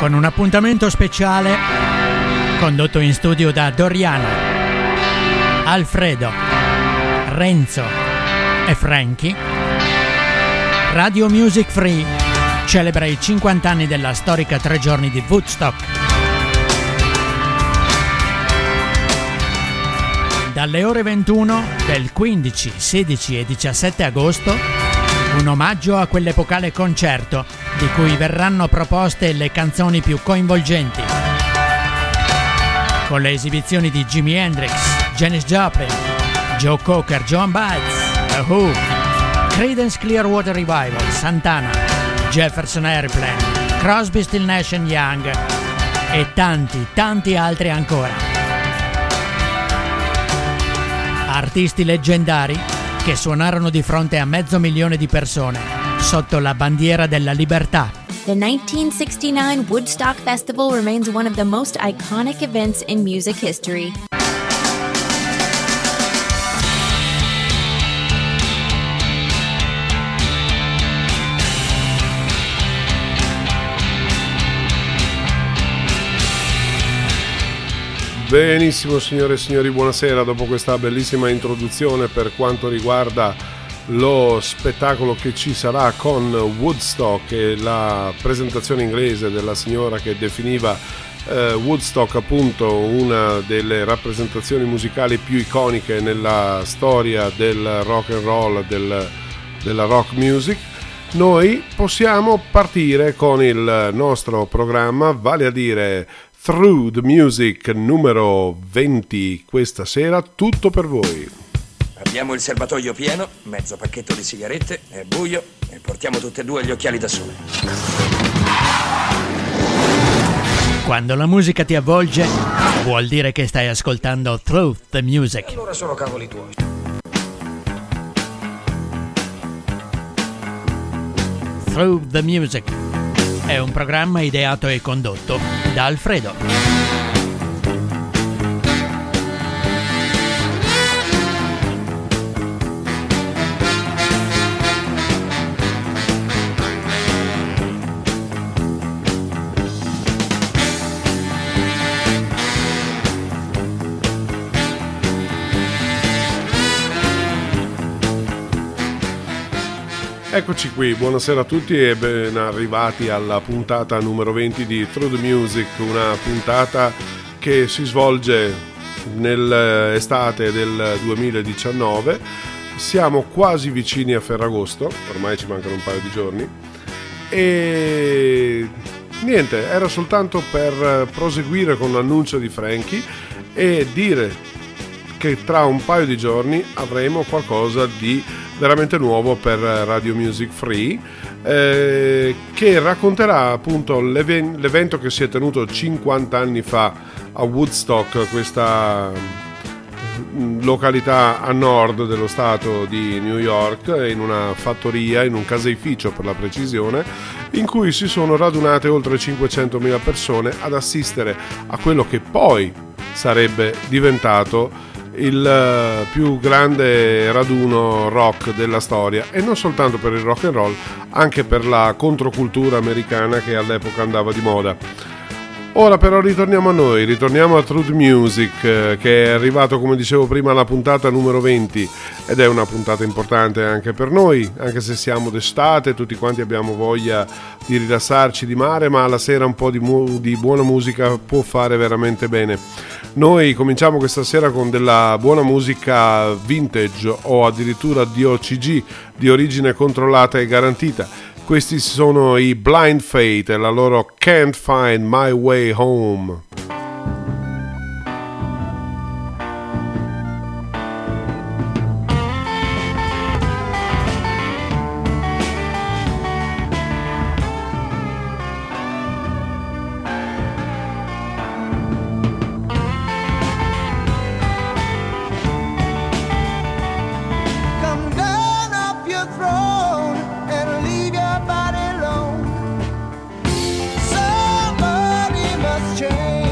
con un appuntamento speciale condotto in studio da Doriana, Alfredo, Renzo e Frankie. Radio Music Free celebra i 50 anni della storica 3 giorni di Woodstock. Dalle ore 21 del 15, 16 e 17 agosto, un omaggio a quell'epocale concerto di cui verranno proposte le canzoni più coinvolgenti, con le esibizioni di Jimi Hendrix, Janis Joplin, Joe Cocker, Joan Baez, The Who, Creedence Clearwater Revival, Santana, Jefferson Airplane, Crosby, Still Nash Young e tanti altri ancora. Artisti leggendari che suonarono di fronte a 500.000 di persone sotto la bandiera della libertà. The 1969 Woodstock Festival remains one of the most iconic events in music history. Benissimo signore e signori, buonasera. Dopo questa bellissima introduzione per quanto riguarda lo spettacolo che ci sarà con Woodstock e la presentazione inglese della signora che definiva Woodstock appunto una delle rappresentazioni musicali più iconiche nella storia del rock and roll, della rock music, noi possiamo partire con il nostro programma, vale a dire Through the Music numero 20 questa sera, tutto per voi. Abbiamo il serbatoio pieno, mezzo pacchetto di sigarette, è buio e portiamo tutte e due gli occhiali da sole. Quando la musica ti avvolge, vuol dire che stai ascoltando Through the Music. E allora sono cavoli tuoi. Through the Music è un programma ideato e condotto da Alfredo. Eccoci qui, buonasera a tutti e ben arrivati alla puntata numero 20 di Through the Music, una puntata che si svolge nell'estate del 2019. Siamo quasi vicini a Ferragosto, ormai ci mancano un paio di giorni e niente, era soltanto per proseguire con l'annuncio di Frankie e dire che tra un paio di giorni avremo qualcosa di veramente nuovo per Radio Music Free, che racconterà appunto l'evento che si è tenuto 50 anni fa a Woodstock, questa località a nord dello stato di New York, in una fattoria, in un caseificio per la precisione, in cui si sono radunate oltre 500.000 persone ad assistere a quello che poi sarebbe diventato il più grande raduno rock della storia, e non soltanto per il rock and roll, anche per la controcultura americana che all'epoca andava di moda. Ora però ritorniamo a noi, ritorniamo a Truth Music, che è arrivato, come dicevo prima, alla puntata numero 20 ed è una puntata importante anche per noi, anche se siamo d'estate, tutti quanti abbiamo voglia di rilassarci di mare, ma la sera un po' di buona musica può fare veramente bene. Noi cominciamo questa sera con della buona musica vintage o addirittura DOCG, di origine controllata e garantita. Questi sono i Blind Faith e la loro Can't Find My Way Home. Change.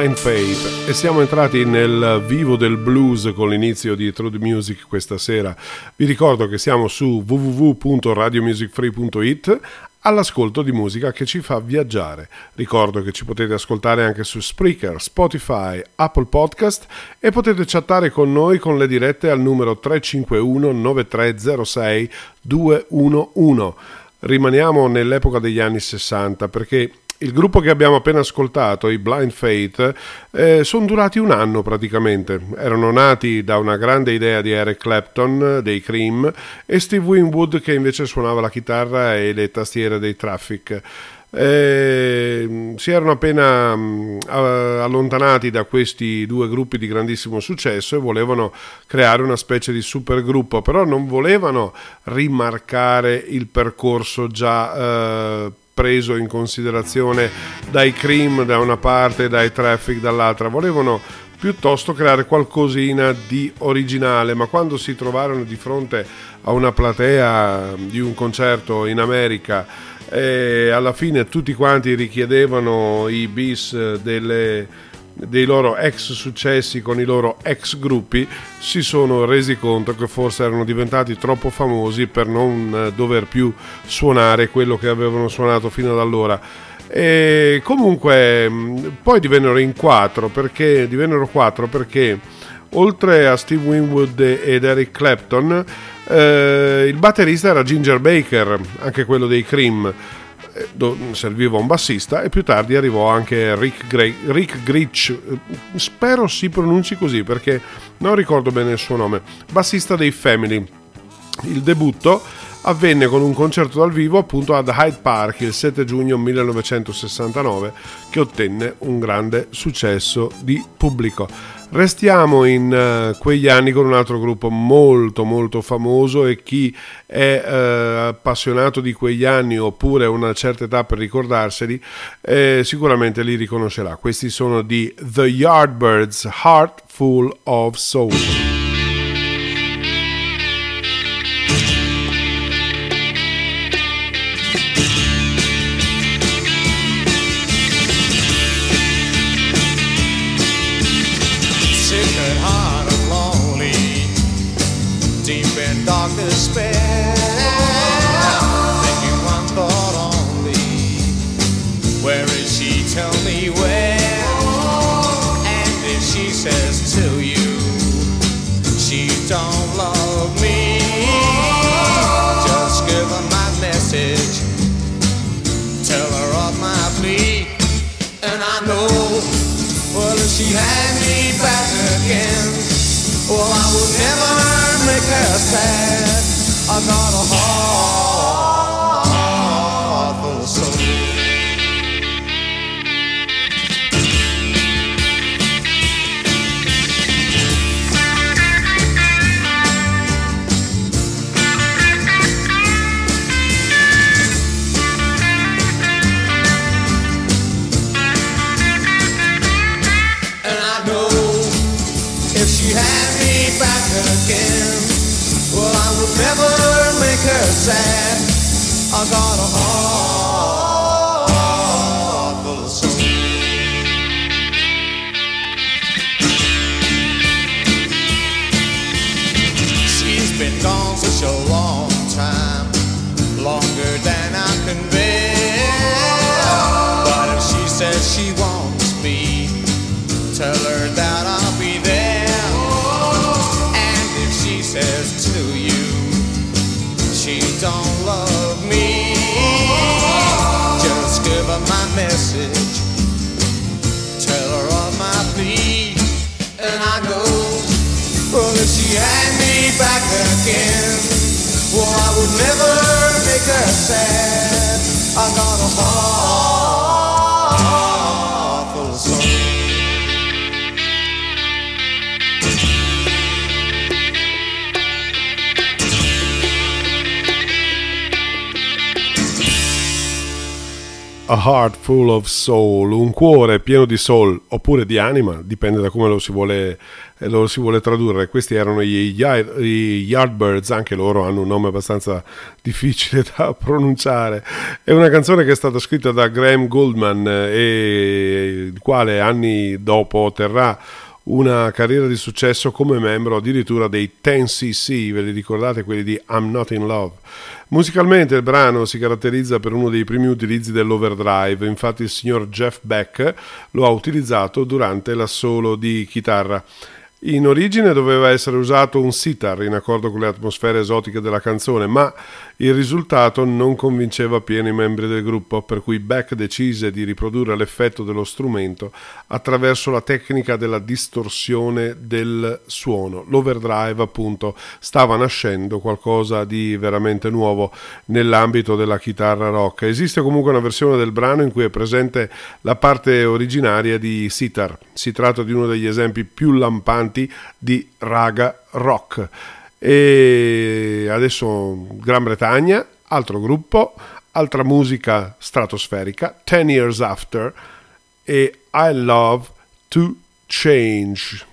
Blind Faith e siamo entrati nel vivo del blues con l'inizio di True Music questa sera. Vi ricordo che siamo su www.radiomusicfree.it all'ascolto di musica che ci fa viaggiare. Ricordo che ci potete ascoltare anche su Spreaker, Spotify, Apple Podcast e potete chattare con noi con le dirette al numero 351 9306 211. Rimaniamo nell'epoca degli anni 60 perché il gruppo che abbiamo appena ascoltato, i Blind Faith, sono durati un anno praticamente. Erano nati da una grande idea di Eric Clapton dei Cream e Steve Winwood che invece suonava la chitarra e le tastiere dei Traffic. Si erano appena allontanati da questi due gruppi di grandissimo successo e volevano creare una specie di supergruppo, però non volevano rimarcare il percorso già preso in considerazione dai Cream da una parte e dai Traffic dall'altra. Volevano piuttosto creare qualcosina di originale, ma quando si trovarono di fronte a una platea di un concerto in America e alla fine tutti quanti richiedevano i bis dei loro ex successi con i loro ex gruppi, si sono resi conto che forse erano diventati troppo famosi per non dover più suonare quello che avevano suonato fino ad allora. E comunque poi divennero quattro perché oltre a Steve Winwood ed Eric Clapton il batterista era Ginger Baker, anche quello dei Cream. Serviva un bassista e più tardi arrivò anche Rick Grich, spero si pronunci così perché non ricordo bene il suo nome, bassista dei Family. Il debutto avvenne con un concerto dal vivo appunto ad Hyde Park il 7 giugno 1969 che ottenne un grande successo di pubblico. Restiamo in quegli anni con un altro gruppo molto molto famoso e chi è appassionato di quegli anni oppure a una certa età per ricordarseli sicuramente li riconoscerà. Questi sono di The Yardbirds, Heart Full of Soul. Dark despair, thinking one thought only. Where is she? Tell me where. And if she says to you she don't love me, just give her my message, tell her of my plea. And I know, well, if she had me back again, well, I would never make her sad. I got a heart full of soul. And I know if she had me back again, well, I would never make her sad. I got a heart full of soul. She's been gone such a long time, longer than I can bear. But if she says she wants me, tell her that I'll be there. And if she says to you she don't love me, just give her my message, tell her of my plea. And I know, well, if she had me back again, well, I would never make her sad. I got a heart full of soul. A Heart Full of Soul, un cuore pieno di soul oppure di anima, dipende da come lo si vuole tradurre. Questi erano i Yardbirds, anche loro hanno un nome abbastanza difficile da pronunciare. È una canzone che è stata scritta da Graham Gouldman e il quale anni dopo otterrà una carriera di successo come membro addirittura dei 10cc, ve li ricordate, quelli di I'm Not in Love? Musicalmente il brano si caratterizza per uno dei primi utilizzi dell'overdrive, infatti il signor Jeff Beck lo ha utilizzato durante l'assolo di chitarra. In origine doveva essere usato un sitar in accordo con le atmosfere esotiche della canzone, ma il risultato non convinceva appieno i membri del gruppo, per cui Beck decise di riprodurre l'effetto dello strumento attraverso la tecnica della distorsione del suono. L'overdrive, appunto, stava nascendo, qualcosa di veramente nuovo nell'ambito della chitarra rock. Esiste comunque una versione del brano in cui è presente la parte originaria di sitar. Si tratta di uno degli esempi più lampanti di raga rock. E adesso Gran Bretagna, altro gruppo, altra musica stratosferica, 10 Years After e I Love to Change.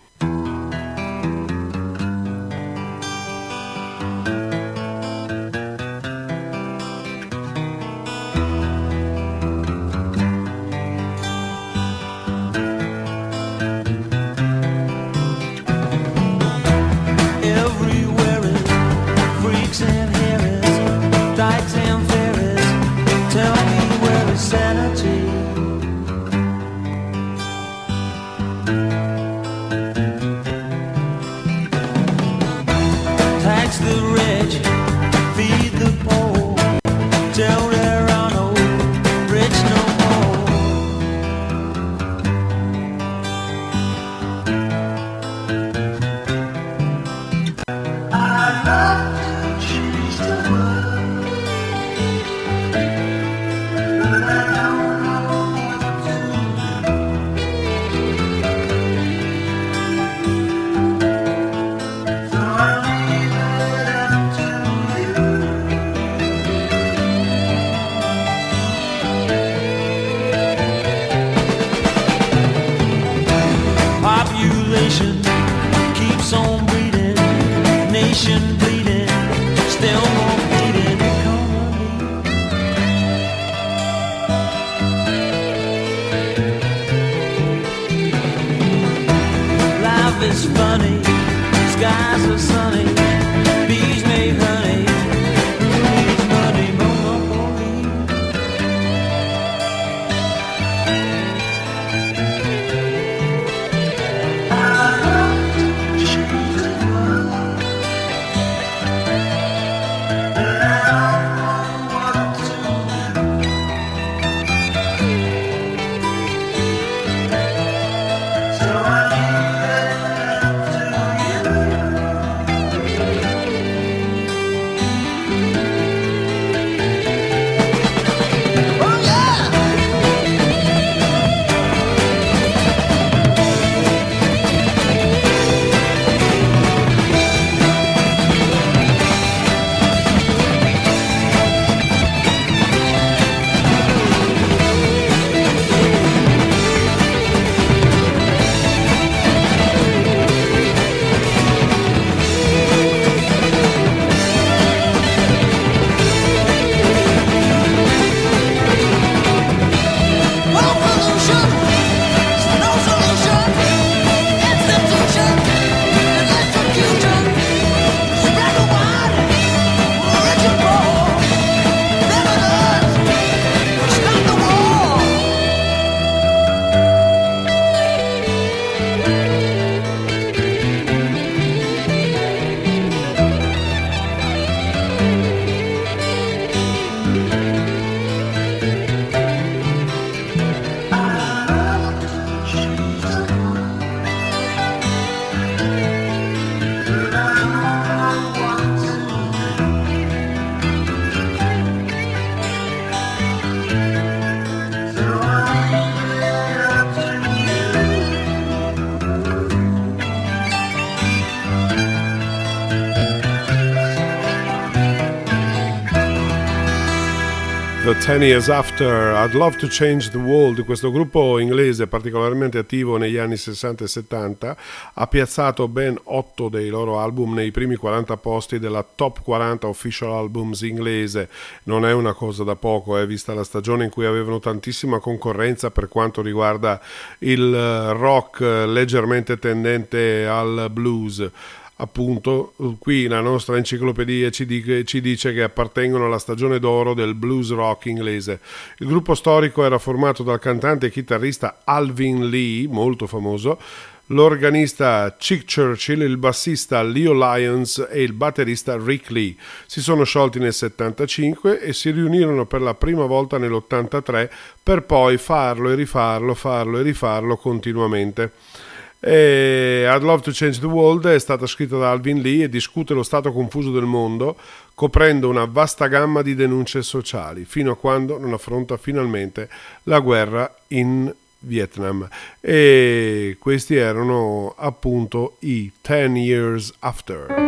World, 10 Years After, I'd Love to Change the World. Questo gruppo inglese particolarmente attivo negli anni 60 e 70 ha piazzato ben 8 dei loro album nei primi 40 posti della Top 40 Official Albums inglese. Non è una cosa da poco, vista la stagione in cui avevano tantissima concorrenza per quanto riguarda il rock leggermente tendente al blues. Appunto, qui la nostra enciclopedia ci dice che appartengono alla stagione d'oro del blues rock inglese. Il gruppo storico era formato dal cantante e chitarrista Alvin Lee, molto famoso, l'organista Chick Churchill, il bassista Leo Lyons e il batterista Rick Lee. Si sono sciolti nel 75 e si riunirono per la prima volta nell'83 per poi farlo e rifarlo continuamente. I'd Love to Change the World è stata scritta da Alvin Lee e discute lo stato confuso del mondo, coprendo una vasta gamma di denunce sociali, fino a quando non affronta finalmente la guerra in Vietnam. E questi erano appunto i 10 Years After.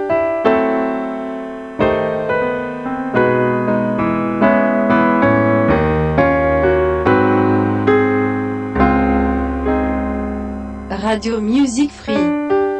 Radio Music Free.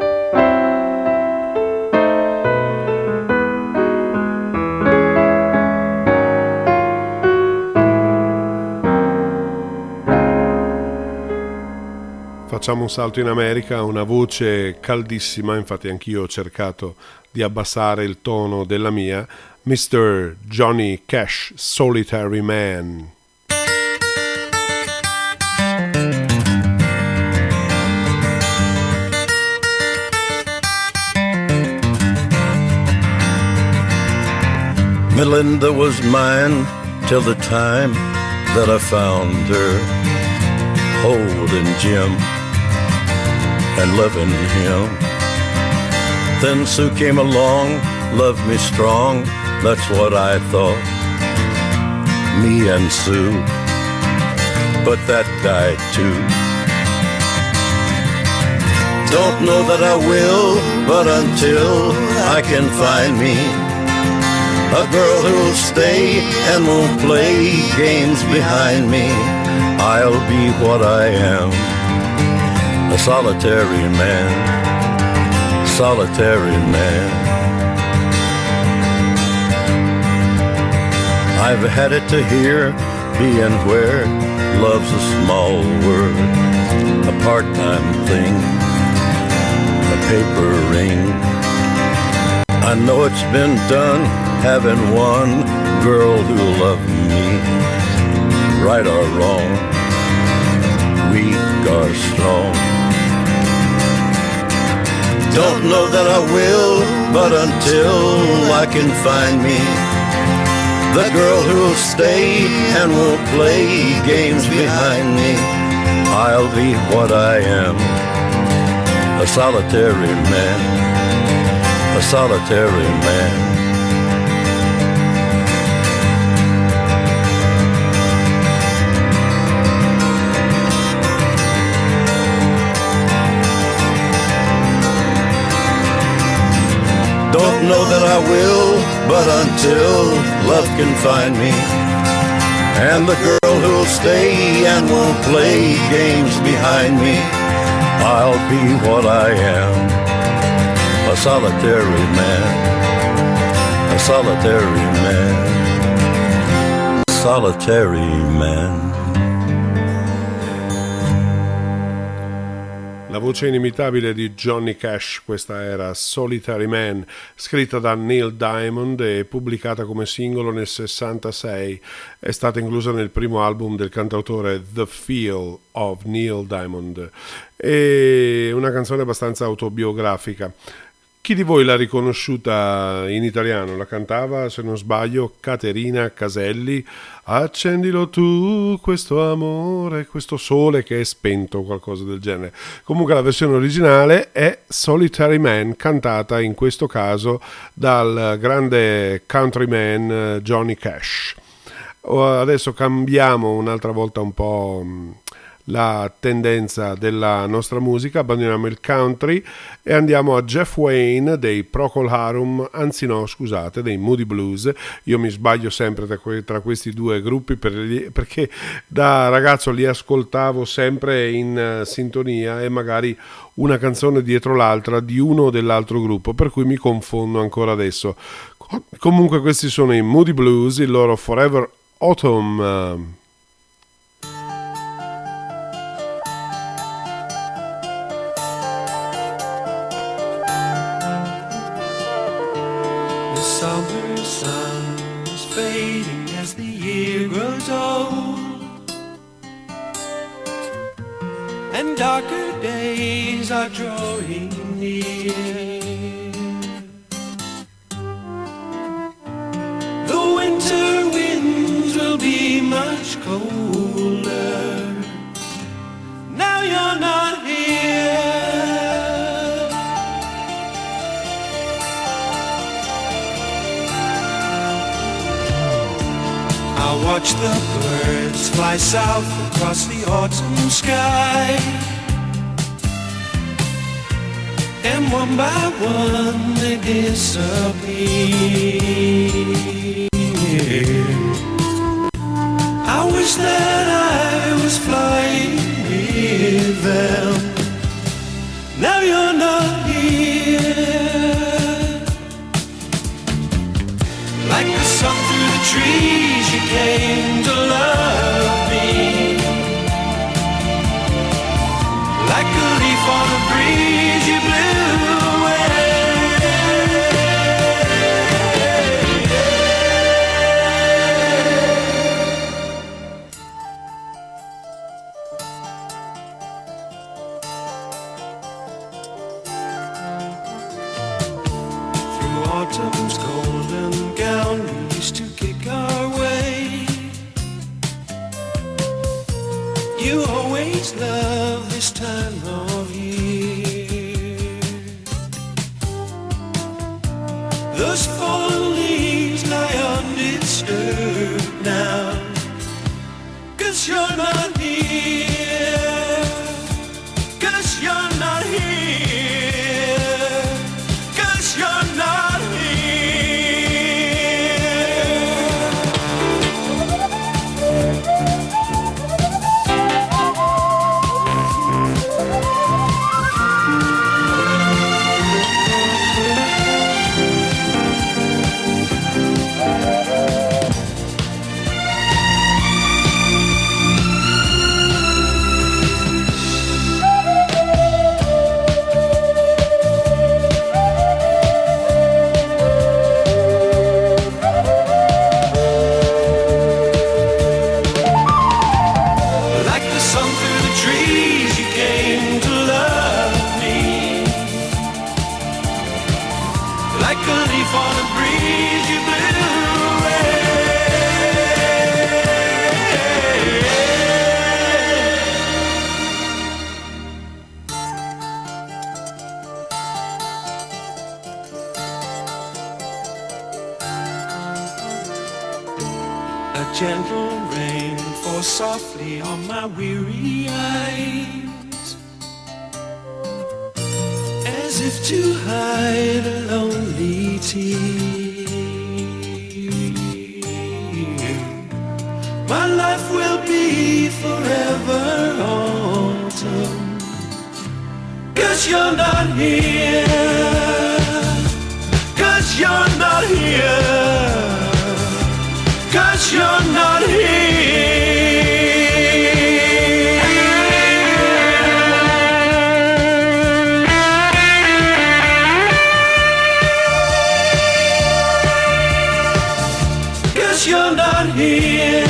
Facciamo un salto in America, una voce caldissima, infatti anch'io ho cercato di abbassare il tono della mia, Mr. Johnny Cash, Solitary Man. Melinda was mine till the time that I found her holding Jim and loving him. Then Sue came along, loved me strong, that's what I thought, me and Sue, but that died too. Don't know that I will, but until I can find me a girl who'll stay and won't play games behind me, I'll be what I am, a solitary man, solitary man. I've had it to hear, being where love's a small word, a part-time thing, a paper ring. I know it's been done, having one girl who loved me, right or wrong, weak or strong. Don't know that I will, but until I can find me the girl who'll stay and won't play games behind me, I'll be what I am, a solitary man, a solitary man. Don't know that I will, but until love can find me, and the girl who'll stay and won't play games behind me, I'll be what I am, a solitary man, a solitary man, solitary man. La voce inimitabile di Johnny Cash, questa era Solitary Man, scritta da Neil Diamond e pubblicata come singolo nel 66. È stata inclusa nel primo album del cantautore The Feel of Neil Diamond. È una canzone abbastanza autobiografica. Chi di voi l'ha riconosciuta in italiano? La cantava, se non sbaglio, Caterina Caselli. Accendilo tu, questo amore, questo sole che è spento, qualcosa del genere. Comunque la versione originale è Solitary Man, cantata in questo caso dal grande countryman Johnny Cash. Adesso cambiamo un'altra volta un po' la tendenza della nostra musica, abbandoniamo il country e andiamo a Jeff Wayne dei Procol Harum, anzi no, scusate, dei Moody Blues. Io mi sbaglio sempre tra questi due gruppi perché da ragazzo li ascoltavo sempre in sintonia e magari una canzone dietro l'altra di uno o dell'altro gruppo, per cui mi confondo ancora adesso. Comunque questi sono i Moody Blues, il loro Forever Autumn. The summer sun is fading as the year grows old, and darker days are drawing near. The winter winds will be much colder. Now you're not here. I'll watch the birds fly south across the autumn sky, and one by one they disappear. I wish that I was flying with them. Now you're not here. Like the sun through the trees, you came to love me. Like a leaf on a breeze, you blew away. Through autumn's golden gown, we used to kick our way. You always love this time of year. Those fallen leaves lie undisturbed now, 'cause you're not here. 'Cause you're not here. 'Cause you're not here. Like the sun through the trees, you came to love me. Like a leaf on a breeze, you blew away. A gentle rain falls softly on my weary eyes, as if to hide a lonely tear. My life will be forever autumn, 'cause you're not here. 'Cause you're not here. 'Cause you're not here. 'Cause you're not here.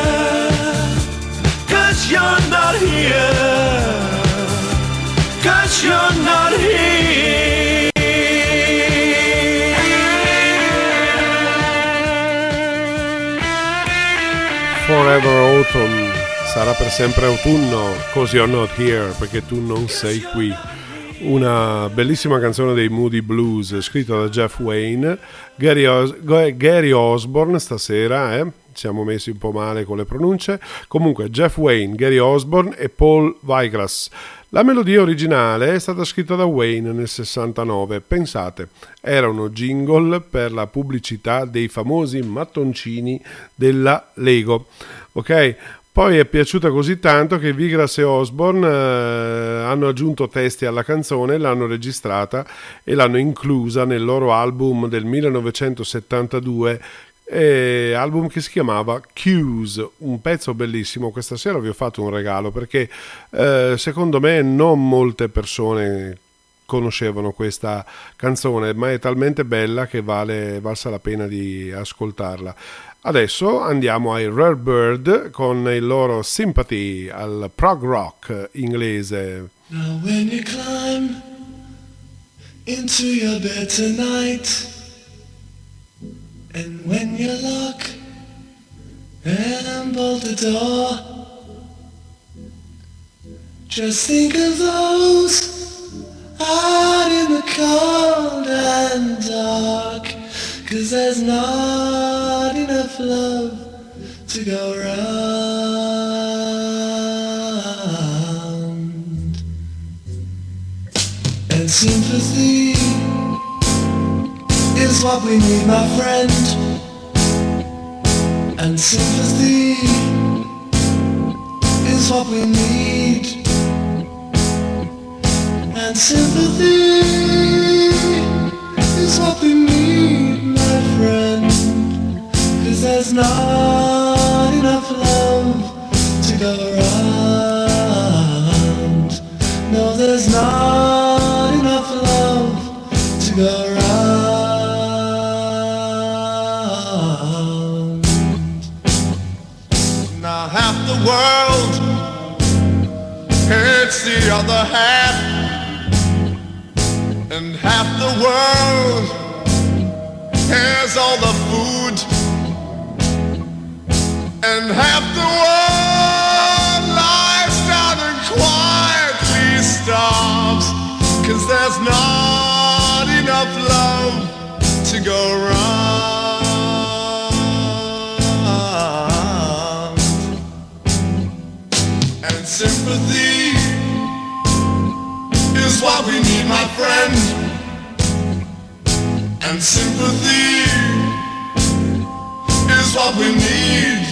'Cause you're not here. 'Cause you're not here. Forever Autumn, sarà per sempre autunno, 'cause you're not here, perché tu non sei qui. Una bellissima canzone dei Moody Blues scritta da Jeff Wayne. Gary Osborne stasera siamo messi un po' male con le pronunce. Comunque Jeff Wayne, Gary Osborne e Paul Weigras. La melodia originale è stata scritta da Wayne nel 69, pensate, era uno jingle per la pubblicità dei famosi mattoncini della Lego, ok? Poi è piaciuta così tanto che Weigras e Osborne hanno aggiunto testi alla canzone, l'hanno registrata e l'hanno inclusa nel loro album del 1972, album che si chiamava Cues, un pezzo bellissimo. Questa sera vi ho fatto un regalo perché secondo me non molte persone conoscevano questa canzone, ma è talmente bella che valsa la pena di ascoltarla. Adesso andiamo ai Rare Bird con il loro Sympathy al prog rock inglese. Now when you climb into your bed tonight, and when you lock and bolt the door, just think of those out in the cold and dark, 'cause there's not enough love to go round. And sympathy is what we need, my friend. And sympathy is what we need. And sympathy is what we need, my friend. 'Cause there's not enough love to go around. No, there's not enough love to go around. Now half the world hates the other half, and half the world has all the food, and half the world lies down and quietly starves, 'cause there's not enough love to go round. And sympathy is what we need, my friend. And sympathy is what we need.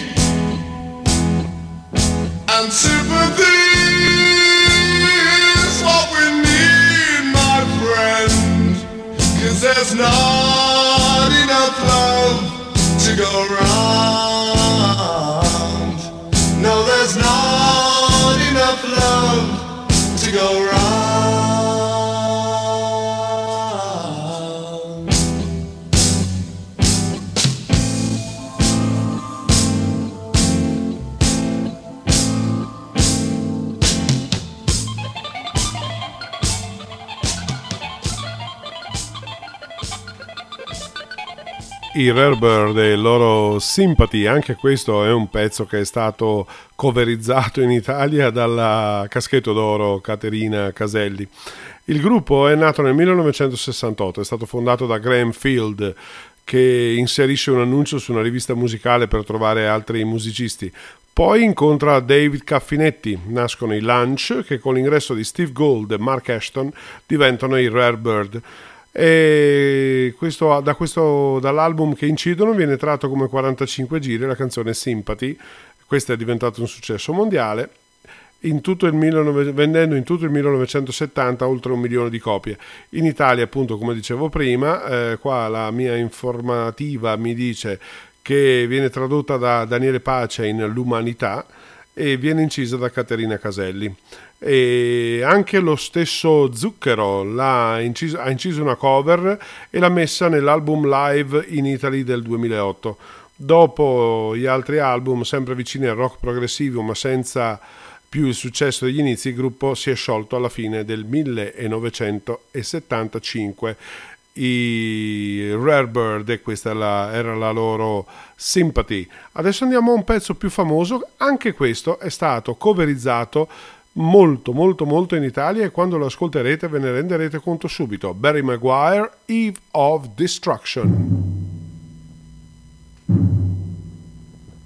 And sympathy is what we need, my friend. 'Cause there's not enough love to go round. No, there's not enough love to go round. I Rare Bird e il loro Sympathy, anche questo è un pezzo che è stato coverizzato in Italia dalla Caschetto d'Oro Caterina Caselli. Il gruppo è nato nel 1968, è stato fondato da Graham Field, che inserisce un annuncio su una rivista musicale per trovare altri musicisti. Poi incontra David Caffinetti, nascono i Lunch, che con l'ingresso di Steve Gould e Mark Ashton diventano i Rare Bird. E dall'album che incidono viene tratto come 45 giri la canzone Sympathy. Questa è diventata un successo mondiale, vendendo in tutto il 1970 oltre 1 milione di copie. In Italia, appunto, come dicevo prima, qua la mia informativa mi dice che viene tradotta da Daniele Pace in L'Umanità e viene incisa da Caterina Caselli. E anche lo stesso Zucchero ha inciso una cover e l'ha messa nell'album Live in Italy del 2008. Dopo gli altri album sempre vicini al rock progressivo ma senza più il successo degli inizi, il gruppo si è sciolto alla fine del 1975. I Rare Bird, e questa era la loro Sympathy. Adesso andiamo a un pezzo più famoso, anche questo è stato coverizzato molto in Italia e quando lo ascolterete ve ne renderete conto subito. Barry Maguire, Eve of Destruction.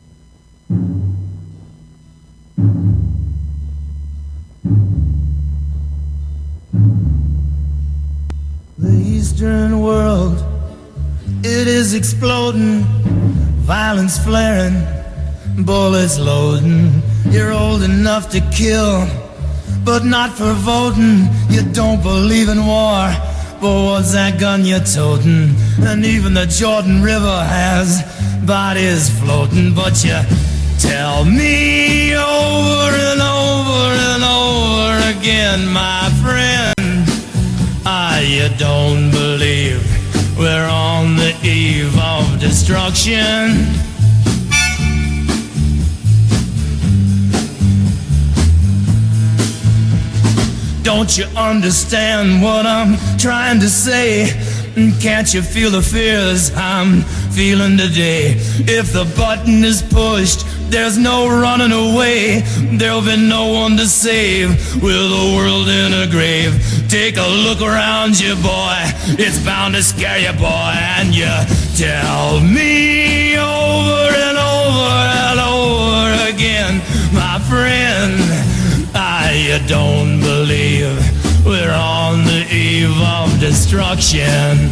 Western world, it is exploding, violence flaring, bullets loading. You're old enough to kill, but not for voting. You don't believe in war, but what's that gun you're toting? And even the Jordan River has bodies floating. But you tell me over and over and over again, my friend, you don't believe we're on the eve of destruction. Don't you understand what I'm trying to say? Can't you feel the fears I'm feeling today? If the button is pushed, there's no running away. There'll be no one to save with the world in a grave. Take a look around you, boy. It's bound to scare you, boy. And you tell me over and over and over again, my friend, you don't believe we're on the eve of destruction.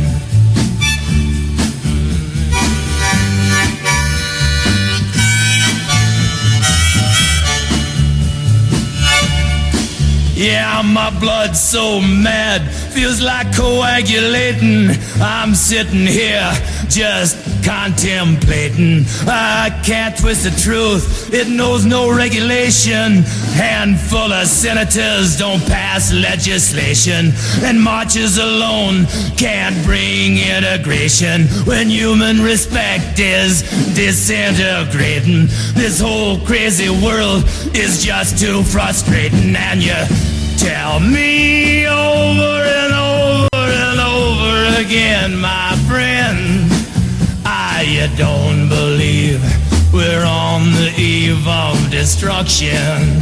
Yeah, my blood's so mad, feels like coagulating. I'm sitting here just contemplating. I can't twist the truth, it knows no regulation. Handful of senators don't pass legislation, and marches alone can't bring integration. When human respect is disintegrating, this whole crazy world is just too frustrating. And you tell me over and over and over again, my friend, you don't believe we're on the eve of destruction.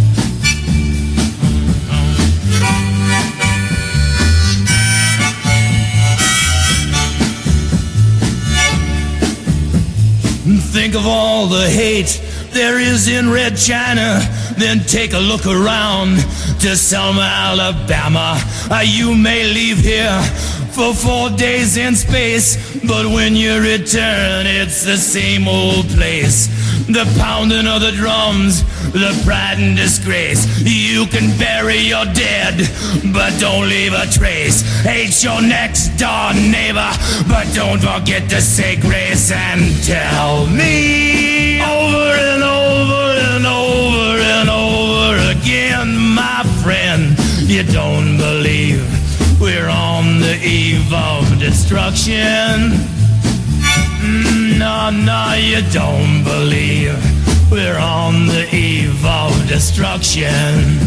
Think of all the hate there is in Red China, then take a look around to Selma, Alabama. You may leave here for 4 days in space, but when you return, it's the same old place. The pounding of the drums, the pride and disgrace. You can bury your dead, but don't leave a trace. Hate your next door neighbor, but don't forget to say grace. And tell me over and over and over and over again, my friend, you don't believe we're on the eve of destruction. No, no, you don't believe we're on the eve of destruction.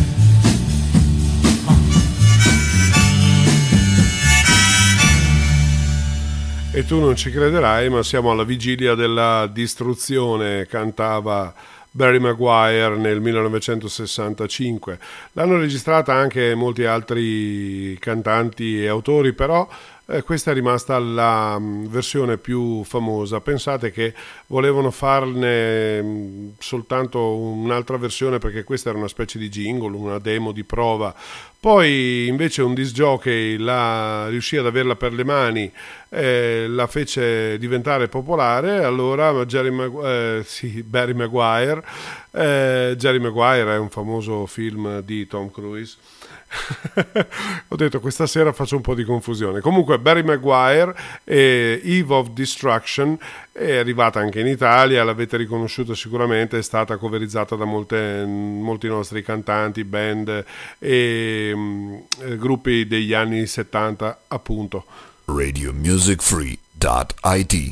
E tu non ci crederai, ma siamo alla vigilia della distruzione, cantava Barry Maguire nel 1965. L'hanno registrata anche molti altri cantanti e autori, però questa è rimasta la versione più famosa. Pensate che volevano farne soltanto un'altra versione, perché questa era una specie di jingle, una demo di prova. Poi invece un disc jockey riuscì ad averla per le mani, la fece diventare popolare. Allora Barry Maguire, Jerry Maguire è un famoso film di Tom Cruise. Ho detto questa sera faccio un po' di confusione. Comunque Barry Maguire e Eve of Destruction è arrivata anche in Italia, l'avete riconosciuta sicuramente, è stata coverizzata da molti nostri cantanti, band e gruppi degli anni 70 appunto. RadioMusicFree.it.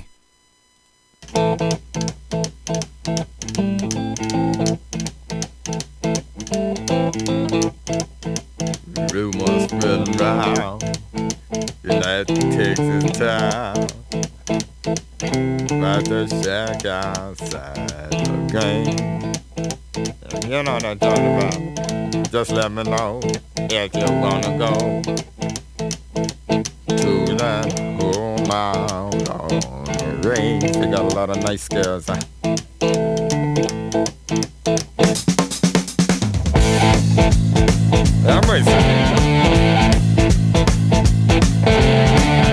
Rumors spreading round United Texas town about the shack outside the game. You know what I'm talking about. Just let me know if you wanna go to that home out on the range. They got a lot of nice girls, huh? I'm racing.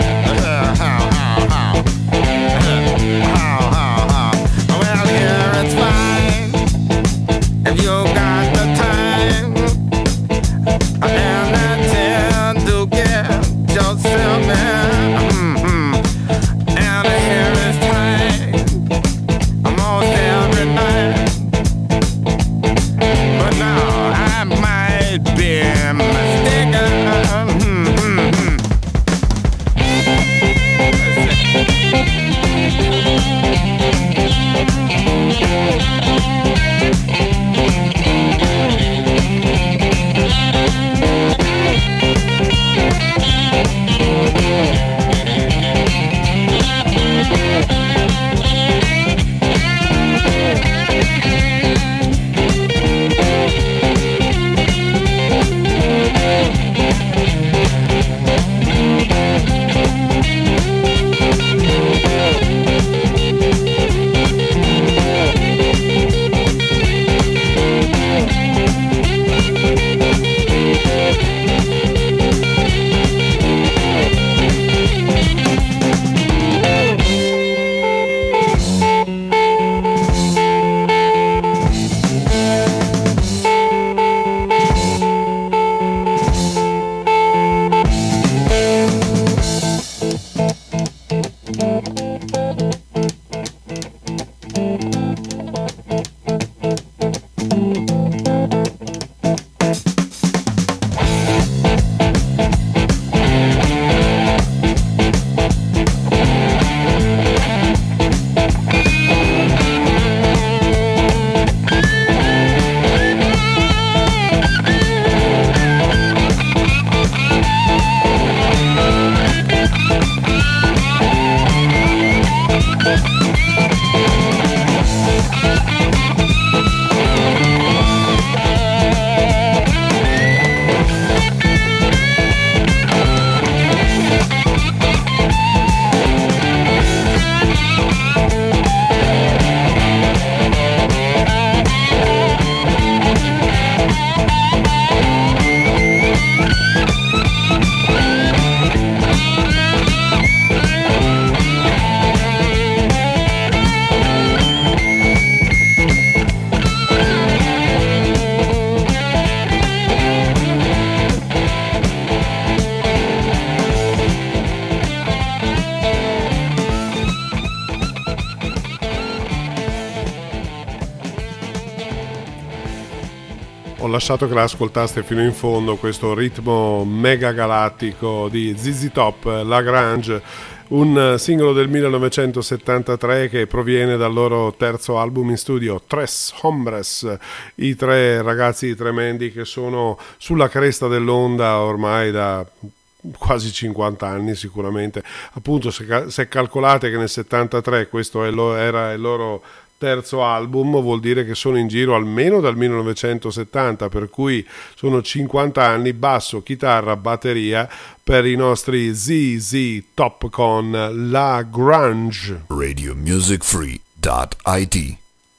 lasciato che la ascoltaste fino in fondo, questo ritmo mega galattico di ZZ Top, Lagrange, un singolo del 1973 che proviene dal loro terzo album in studio, Tres Hombres, i tre ragazzi tremendi che sono sulla cresta dell'onda ormai da quasi 50 anni sicuramente. Appunto, se calcolate che nel 73 questo era il loro terzo album, vuol dire che sono in giro almeno dal 1970, per cui sono 50 anni, basso, chitarra, batteria per i nostri ZZ Top con Lagrange. RadioMusicFree.it.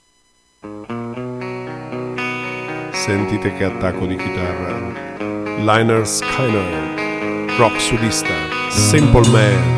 Sentite che attacco di chitarra. Lynyrd Skynyrd, rock sudista, Simple Man.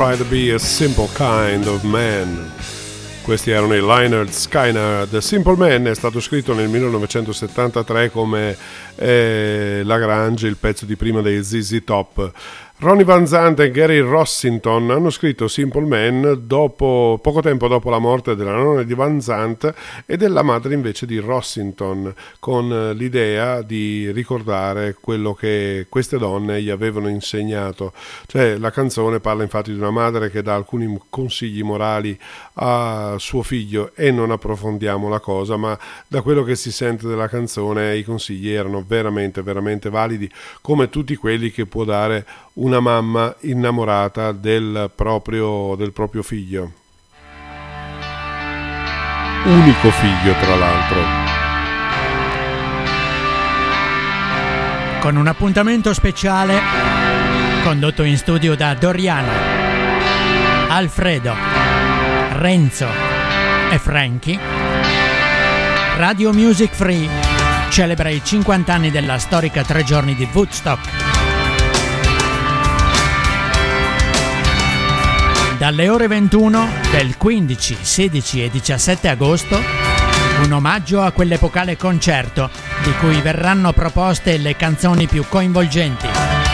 Try to be a simple kind of man. Questi erano i Lynyrd Skynyrd. Simple Man è stato scritto nel 1973 come Lagrange, il pezzo di prima dei ZZ Top. Ronnie Van Zant e Gary Rossington hanno scritto Simple Man poco tempo dopo la morte della nonna di Van Zant e della madre invece di Rossington, con l'idea di ricordare quello che queste donne gli avevano insegnato. Cioè, la canzone parla infatti di una madre che dà alcuni consigli morali a suo figlio, e non approfondiamo la cosa, ma da quello che si sente della canzone i consigli erano veramente veramente validi, come tutti quelli che può dare una mamma innamorata del proprio figlio. Unico figlio, tra l'altro. Con un appuntamento speciale condotto in studio da Doriana, Alfredo, Renzo e Frankie, Radio Music Free celebra i 50 anni della storica 3 giorni di Woodstock. Dalle ore 21 del 15, 16 e 17 agosto, un omaggio a quell'epocale concerto di cui verranno proposte le canzoni più coinvolgenti,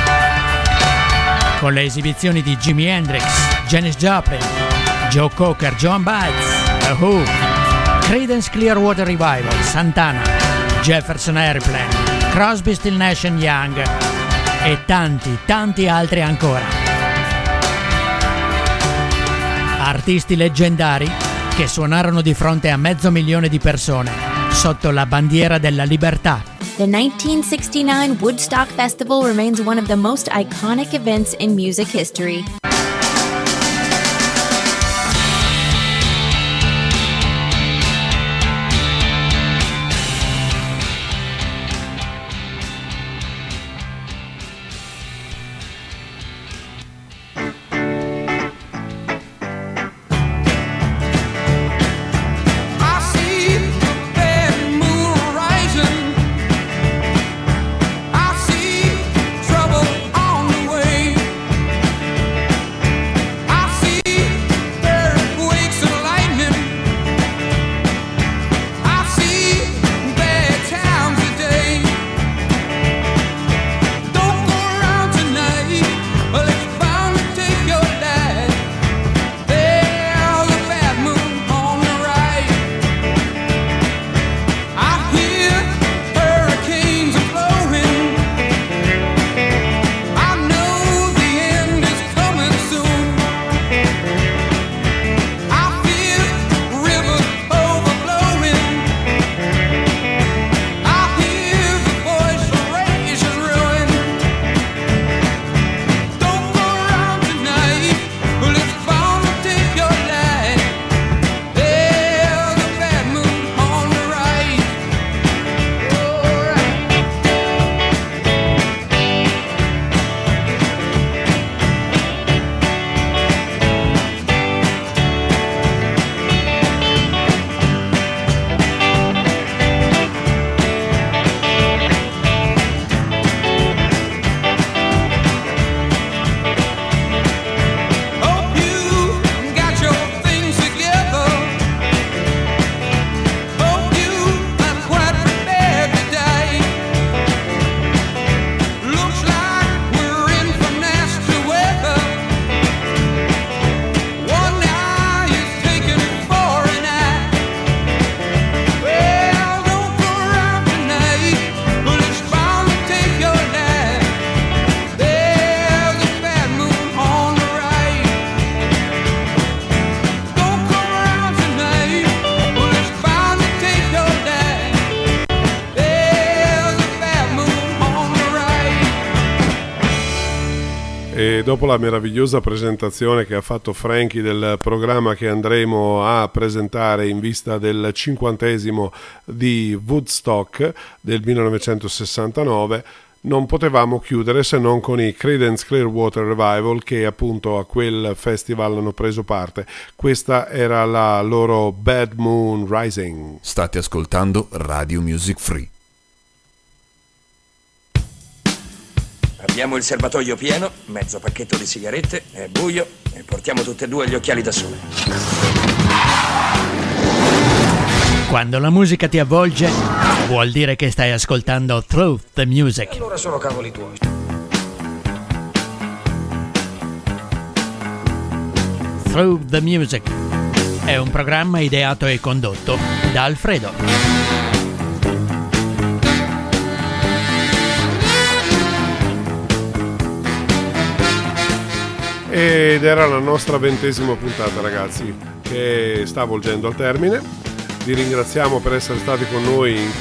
con le esibizioni di Jimi Hendrix, Janis Joplin, Joe Cocker, Joan Baez, The Who, Creedence Clearwater Revival, Santana, Jefferson Airplane, Crosby, Still Nash & Young e tanti altri ancora. Artisti leggendari che suonarono di fronte a 500.000 di persone sotto la bandiera della libertà. The 1969 Woodstock Festival remains one of the most iconic events in music history. E dopo la meravigliosa presentazione che ha fatto Frankie del programma che andremo a presentare in vista del 50° di Woodstock del 1969, non potevamo chiudere se non con i Creedence Clearwater Revival, che appunto a quel festival hanno preso parte. Questa era la loro Bad Moon Rising. State ascoltando Radio Music Free. Abbiamo il serbatoio pieno, mezzo pacchetto di sigarette, è buio e portiamo tutte e due gli occhiali da sole. Quando la musica ti avvolge, vuol dire che stai ascoltando Through the Music. Allora sono cavoli tuoi. Through the Music è un programma ideato e condotto da Alfredo. Ed era la nostra 20ª puntata, ragazzi, che sta volgendo al termine. Vi ringraziamo per essere stati con noi in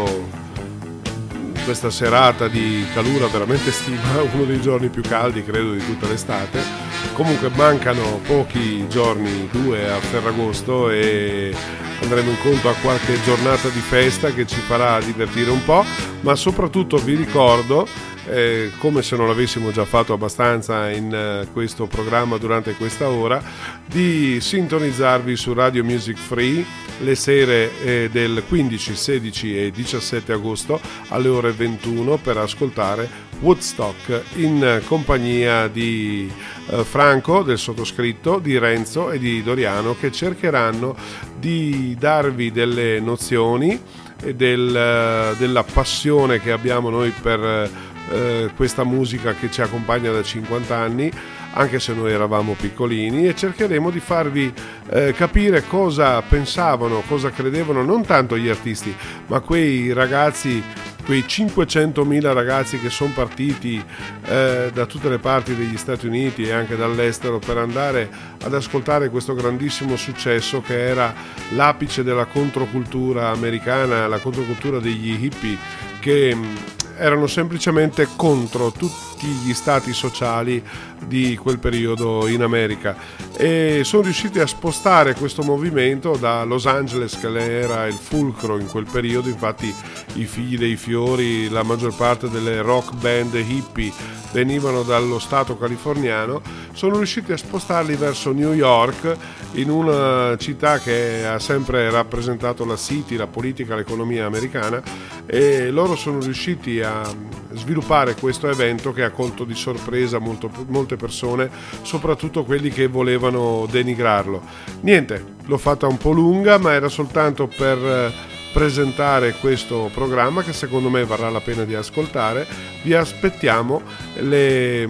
questa serata di calura veramente estiva, uno dei giorni più caldi credo di tutta l'estate. Comunque mancano pochi giorni, 2 a Ferragosto, e andremo incontro a qualche giornata di festa che ci farà divertire un po', ma soprattutto vi ricordo, come se non l'avessimo già fatto abbastanza in questo programma durante questa ora, di sintonizzarvi su Radio Music Free le sere del 15, 16 e 17 agosto alle ore 21 per ascoltare Woodstock in compagnia di Franco, del sottoscritto, di Renzo e di Doriano, che cercheranno di darvi delle nozioni e della passione che abbiamo noi per questa musica che ci accompagna da 50 anni, anche se noi eravamo piccolini, e cercheremo di farvi capire cosa pensavano, cosa credevano non tanto gli artisti, ma quei ragazzi, quei 500.000 ragazzi che sono partiti da tutte le parti degli Stati Uniti e anche dall'estero per andare ad ascoltare questo grandissimo successo che era l'apice della controcultura americana, la controcultura degli hippie, che erano semplicemente contro tutti gli stati sociali di quel periodo in America, e sono riusciti a spostare questo movimento da Los Angeles, che era il fulcro in quel periodo. Infatti i Figli dei Fiori, la maggior parte delle rock band hippie venivano dallo stato californiano, sono riusciti a spostarli verso New York, in una città che ha sempre rappresentato la City, la politica, l'economia americana, e loro sono riusciti a sviluppare questo evento che ha colto di sorpresa molte persone, soprattutto quelli che volevano denigrarlo. Niente, l'ho fatta un po' lunga, ma era soltanto per presentare questo programma che secondo me varrà la pena di ascoltare. Vi aspettiamo le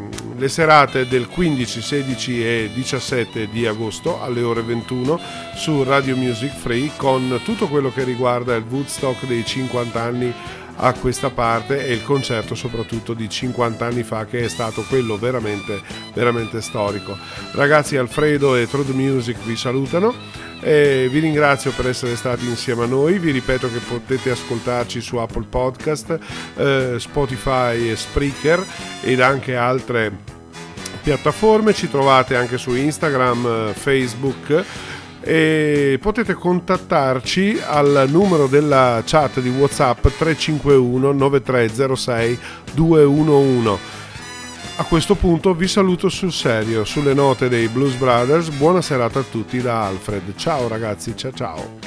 serate del 15, 16 e 17 di agosto alle ore 21 su Radio Music Free, con tutto quello che riguarda il Woodstock dei 50 anni a questa parte, e il concerto soprattutto di 50 anni fa, che è stato quello veramente veramente storico. Ragazzi, Alfredo e Through the Music vi salutano e vi ringrazio per essere stati insieme a noi. Vi ripeto che potete ascoltarci su Apple Podcast, Spotify e Spreaker ed anche altre piattaforme. Ci trovate anche su Instagram, Facebook, e potete contattarci al numero della chat di WhatsApp 351 9306 211. A questo punto vi saluto sul serio, sulle note dei Blues Brothers. Buona serata a tutti da Alfred. Ciao ragazzi, ciao ciao.